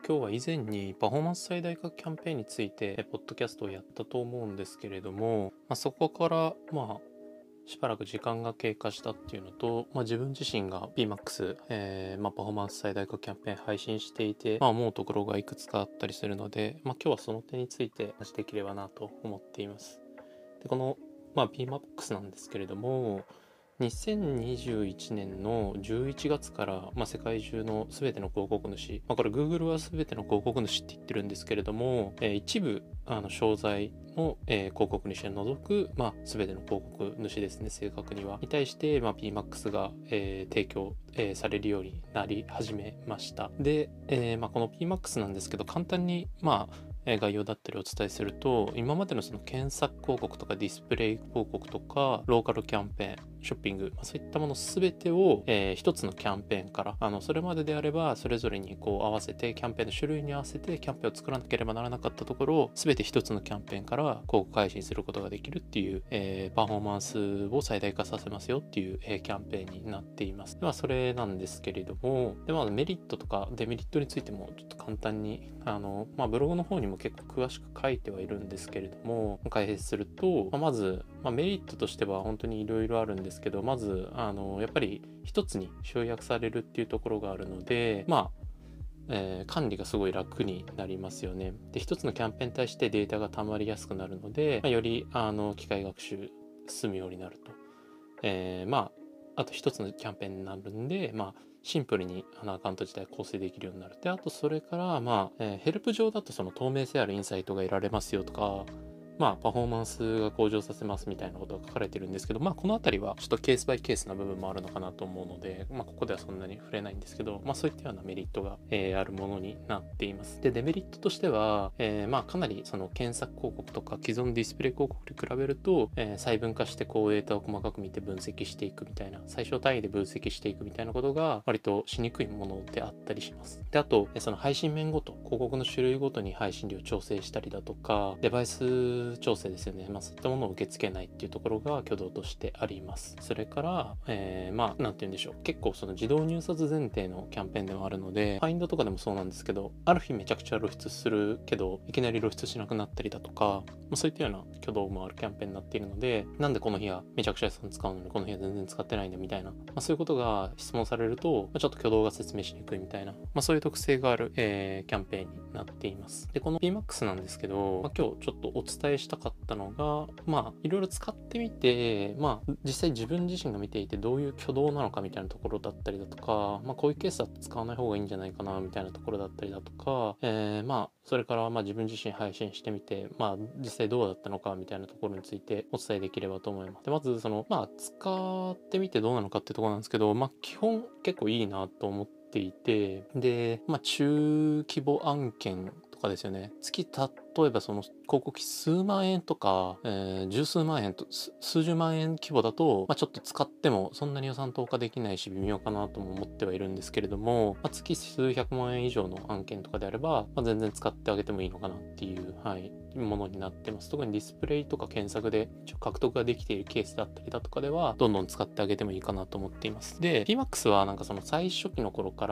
今日は以前にパフォーマンス最大化キャンペーンについてポッドキャストをやったと思うんですけれども、そこからしばらく時間が経過したっていうのと、自分自身が PMAX、パフォーマンス最大化キャンペーン配信していて、思うところがいくつかあったりするので、今日はその点について話できればなと思っています。でこの、PMAX なんですけれども、2021年の11月から、世界中の全ての広告主、これ Google は全ての広告主って言ってるんですけれども、一部商材の、広告主を除く、全ての広告主ですね、正確にはに対して、PMAX が、提供、されるようになり始めました。で、この PMAX なんですけど、簡単に概要だったりお伝えすると、今までのその検索広告とかディスプレイ広告とかローカルキャンペーン、ショッピング、そういったもの全てを、一つのキャンペーンからそれまでであればそれぞれにこう合わせてキャンペーンの種類に合わせてキャンペーンを作らなければならなかったところを全て一つのキャンペーンから広告配信することができるっていう、パフォーマンスを最大化させますよっていう、キャンペーンになっています。でそれなんですけれども、でメリットとかデメリットについてもちょっと簡単にブログの方にも結構詳しく書いてはいるんですけれども、解説すると、まず、メリットとしては本当にいろいろあるんですけど、まずやっぱり一つに集約されるっていうところがあるので、管理がすごい楽になりますよね。で一つのキャンペーンに対してデータが溜まりやすくなるので、より機械学習進むようになると。あと一つのキャンペーンになるんで、シンプルにアカウント自体構成できるようになる。であとそれからヘルプ上だとその透明性あるインサイトが得られますよとか、パフォーマンスが向上させますみたいなことが書かれてるんですけど、このあたりはちょっとケースバイケースな部分もあるのかなと思うので、ここではそんなに触れないんですけど、そういったようなメリットが、あるものになっています。でデメリットとしては、かなりその検索広告とか既存ディスプレイ広告に比べると、細分化してこうデータを細かく見て分析していくみたいな、最小単位で分析していくみたいなことが割としにくいものであったりします。であとその配信面ごと、広告の種類ごとに配信量を調整したりだとか、デバイス調整ですよね、そういったものを受け付けないっていうところが挙動としてあります。それから、なんて言うんでしょう、結構その自動入札前提のキャンペーンでもあるので、ファインドとかでもそうなんですけど、ある日めちゃくちゃ露出するけどいきなり露出しなくなったりだとか、そういったような挙動もあるキャンペーンになっているので、なんでこの日はめちゃくちゃ予算使うのにこの日は全然使ってないんだみたいな、そういうことが質問されると、ちょっと挙動が説明しにくいみたいな、そういう特性がある、キャンペーンになっています。でこの PMAX なんですけど、今日ちょっとお伝えしたかったのが、いろいろ使ってみて、実際自分自身が見ていてどういう挙動なのかみたいなところだったりだとか、こういうケースだと使わない方がいいんじゃないかなみたいなところだったりだとか、それから自分自身配信してみて、実際どうだったのかみたいなところについてお伝えできればと思います。でまずその使ってみてどうなのかっていうところなんですけど、基本結構いいなと思っていて、で中規模案件とかですよね。月例えばその広告費数万円とか、十数万円と数十万円規模だと、ちょっと使ってもそんなに予算投下できないし微妙かなとも思ってはいるんですけれども、月数百万円以上の案件とかであれば、全然使ってあげてもいいのかなっていう、ものになってます。特にディスプレイとか検索で獲得ができているケースだったりだとかでは、どんどん使ってあげてもいいかなと思っています。で PMAX はなんかその最初期の頃から、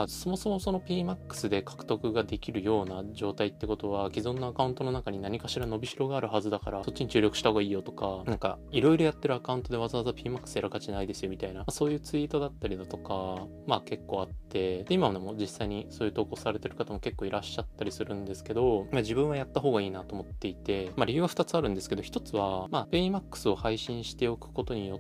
そもそもその PMAX で獲得ができるような状態ってことは、既存のアカウントの中に何かしら伸びしろがあるはずだからそっちに注力した方がいいよとか、なんかいろいろやってるアカウントでわざわざ PMAX やる価値ないですよみたいな、そういうツイートだったりだとか結構あって、で今でも実際にそういう投稿されてる方も結構いらっしゃったりするんですけど、自分はやった方がいいなと思っていて、理由は2つあるんですけど、1つはPMAX を配信しておくことによって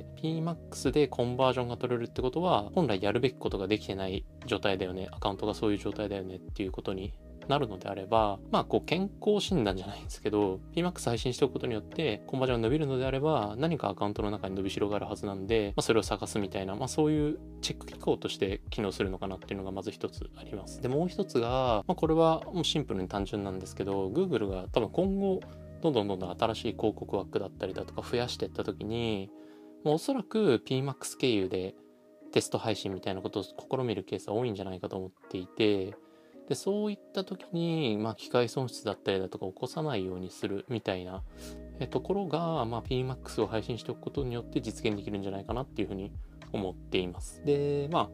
、PMAX でコンバージョンが取れるってことは本来やるべきことができてない状態だよね、アカウントがそういう状態だよねっていうことになるのであれば、こう健康診断じゃないんですけど PMAX 配信しておくことによってコンバージョンが伸びるのであれば、何かアカウントの中に伸びしろがあるはずなんで、それを探すみたいな、そういうチェック機構として機能するのかなっていうのがまず一つあります。でもう一つが、これはもうシンプルに単純なんですけど、 Google が多分今後どんどん新しい広告枠だったりだとか増やしていった時に、おそらく PMAX 経由でテスト配信みたいなことを試みるケースは多いんじゃないかと思っていて、でそういった時に、機械損失だったりだとか起こさないようにするみたいなところが、PMAX を配信しておくことによって実現できるんじゃないかなっていうふうに思っています。で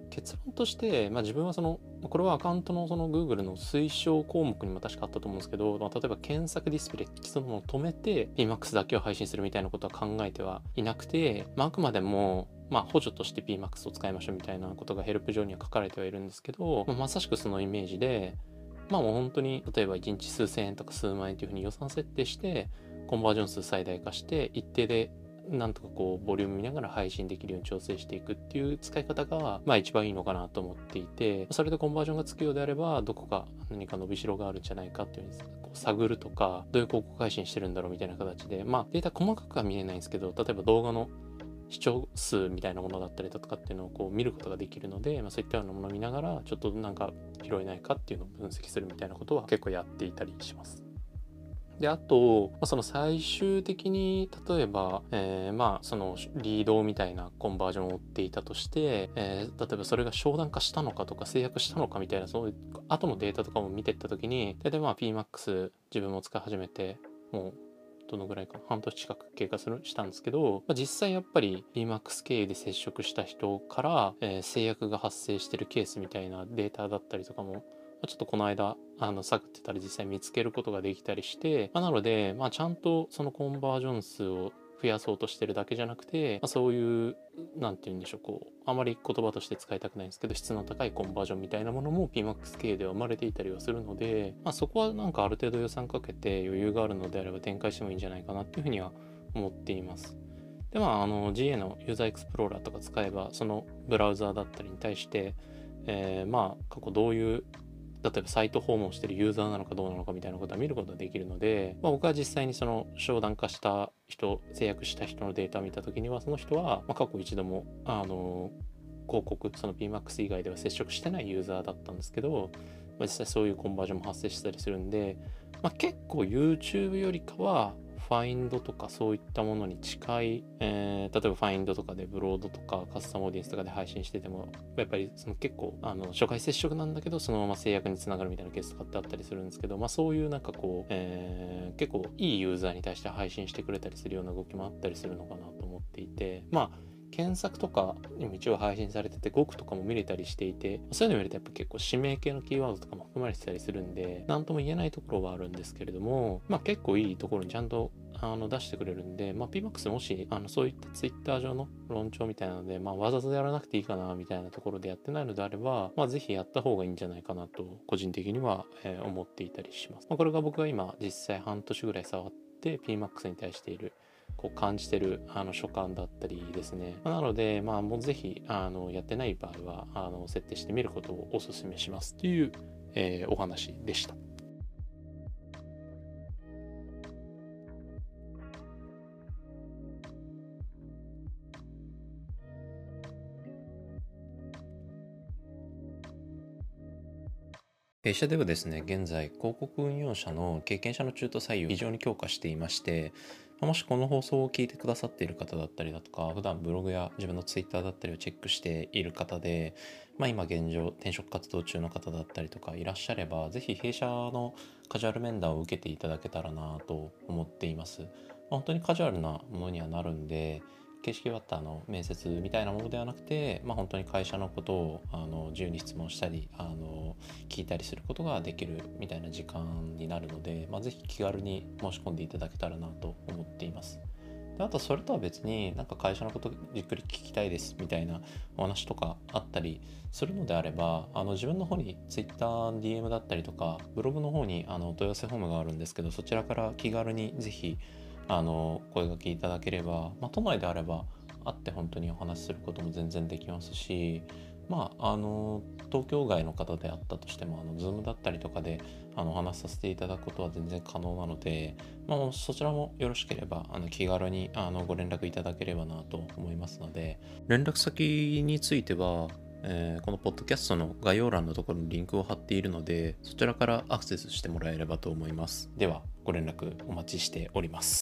結論として、自分はこれはアカウントのGoogle の推奨項目にも確かあったと思うんですけど、例えば検索ディスプレイそのものを止めて PMAX だけを配信するみたいなことは考えてはいなくて、あくまでも補助として PMAX を使いましょうみたいなことがヘルプ上には書かれてはいるんですけど、まさしくそのイメージで、もう本当に例えば1日数千円とか数万円というふうに予算設定してコンバージョン数最大化して一定でなんとかボリューム見ながら配信できるように調整していくっていう使い方が一番いいのかなと思っていて、それでコンバージョンがつくようであればどこか何か伸びしろがあるんじゃないかっていうふうに探るとか、どういう広告配信してるんだろうみたいな形で、データ細かくは見えないんですけど、例えば動画の視聴数みたいなものだったりとかっていうのを見ることができるので、そういったようなものを見ながらちょっとなんか拾えないかっていうのを分析するみたいなことは結構やっていたりします。で、あと、その最終的に例えば、そのリードみたいなコンバージョンを追っていたとして、例えばそれが商談化したのかとか制約したのかみたいな、そういう後のデータとかも見ていったときに、大体PMAX 自分も使い始めて、もうどのぐらいか半年近く経過したんですけど、実際やっぱり PMAX 経由で接触した人から、制約が発生してるケースみたいなデータだったりとかもちょっとこの間探ってたら実際見つけることができたりして、なのでちゃんとそのコンバージョン数を増やそうとしてるだけじゃなくて、そういうなんて言うんでしょう、あまり言葉として使いたくないんですけど、質の高いコンバージョンみたいなものも PMAX 経由では生まれていたりはするので、そこはなんかある程度予算かけて余裕があるのであれば展開してもいいんじゃないかなっていうふうには思っています。でGA のユーザーエクスプローラーとか使えばそのブラウザーだったりに対して、過去どういう例えばサイト訪問してるユーザーなのかどうなのかみたいなことは見ることができるので、僕は実際にその商談化した人、制約した人のデータを見たときには、その人は過去一度も広告、その PMAX 以外では接触してないユーザーだったんですけど、実際そういうコンバージョンも発生したりするんで、結構 YouTube よりかはファインドとかそういったものに近い、例えばファインドとかでブロードとかカスタムオーディエンスとかで配信しててもやっぱりその結構初回接触なんだけどそのまま制約につながるみたいなケースとかってあったりするんですけど、そういうなんか結構いいユーザーに対して配信してくれたりするような動きもあったりするのかなと思っていて、検索とかにも一応配信されてて、語句とかも見れたりしていて、そういうの見るとやっぱ結構指名系のキーワードとかも含まれてたりするんで、なんとも言えないところはあるんですけれども、結構いいところにちゃんと出してくれるんで、PMAX もしそういった Twitter 上の論調みたいなので、わざわざやらなくていいかなみたいなところでやってないのであれば、ぜひやった方がいいんじゃないかなと個人的には、思っていたりします。これが僕が今実際半年ぐらい触って PMAX に対している感じてる所感だったりですね。なのでもうぜひやってない場合は設定してみることをお勧めしますという、お話でした。弊社ではですね、現在広告運用者の経験者の中途採用を非常に強化していまして、もしこの放送を聞いてくださっている方だったりだとか、普段ブログや自分のツイッターだったりをチェックしている方で、今現状転職活動中の方だったりとかいらっしゃれば、ぜひ弊社のカジュアル面談を受けていただけたらなと思っています。本当にカジュアルなものにはなるんで、形式は面接みたいなものではなくて、本当に会社のことを自由に質問したり聞いたりすることができるみたいな時間になるので、ぜひ気軽に申し込んでいただけたらなと思っています。であとそれとは別になんか会社のことじっくり聞きたいですみたいなお話とかあったりするのであれば、自分の方に Twitter、DM だったりとかブログの方にお問い合わせフォームがあるんですけど、そちらから気軽にぜひ声掛けいただければ、都内であれば会って本当にお話しすることも全然できますし、東京外の方であったとしてもZoom だったりとかでお話しさせていただくことは全然可能なので、そちらもよろしければ気軽にご連絡いただければなと思いますので、連絡先についてはこのポッドキャストの概要欄のところにリンクを貼っているので、そちらからアクセスしてもらえればと思います。ではご連絡お待ちしております。